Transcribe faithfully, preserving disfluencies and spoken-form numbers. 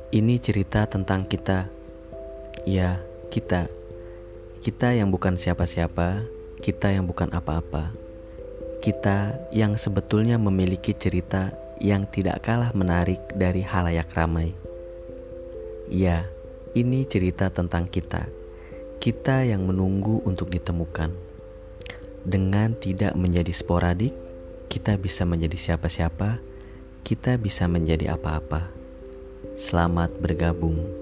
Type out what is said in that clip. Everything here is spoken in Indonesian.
Ini cerita tentang kita. Ya, kita. Kita yang bukan siapa-siapa, kita yang bukan apa-apa. Kita yang sebetulnya memiliki cerita yang tidak kalah menarik dari halayak ramai. Ya, ini cerita tentang kita. Kita yang menunggu untuk ditemukan. Dengan tidak menjadi sporadik, kita bisa menjadi siapa-siapa, kita bisa menjadi apa-apa. Selamat bergabung.